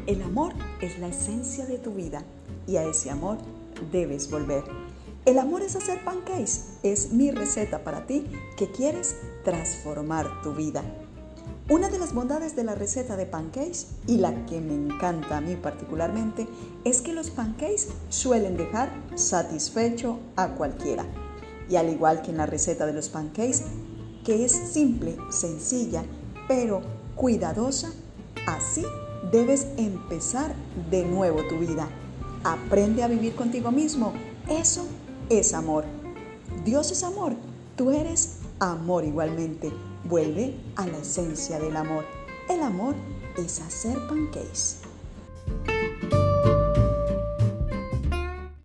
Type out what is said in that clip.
El amor es la esencia de tu vida y a ese amor debes volver. El amor es hacer pancakes, es mi receta para ti que quieres transformar tu vida. Una de las bondades de la receta de pancakes, y la que me encanta a mí particularmente, es que los pancakes suelen dejar satisfecho a cualquiera. Y al igual que en la receta de los pancakes, que es simple, sencilla, pero cuidadosa, así debes empezar de nuevo tu vida. Aprende a vivir contigo mismo. Eso es amor. Dios es amor. Tú eres amor igualmente. Vuelve a la esencia del amor. El amor es hacer pancakes.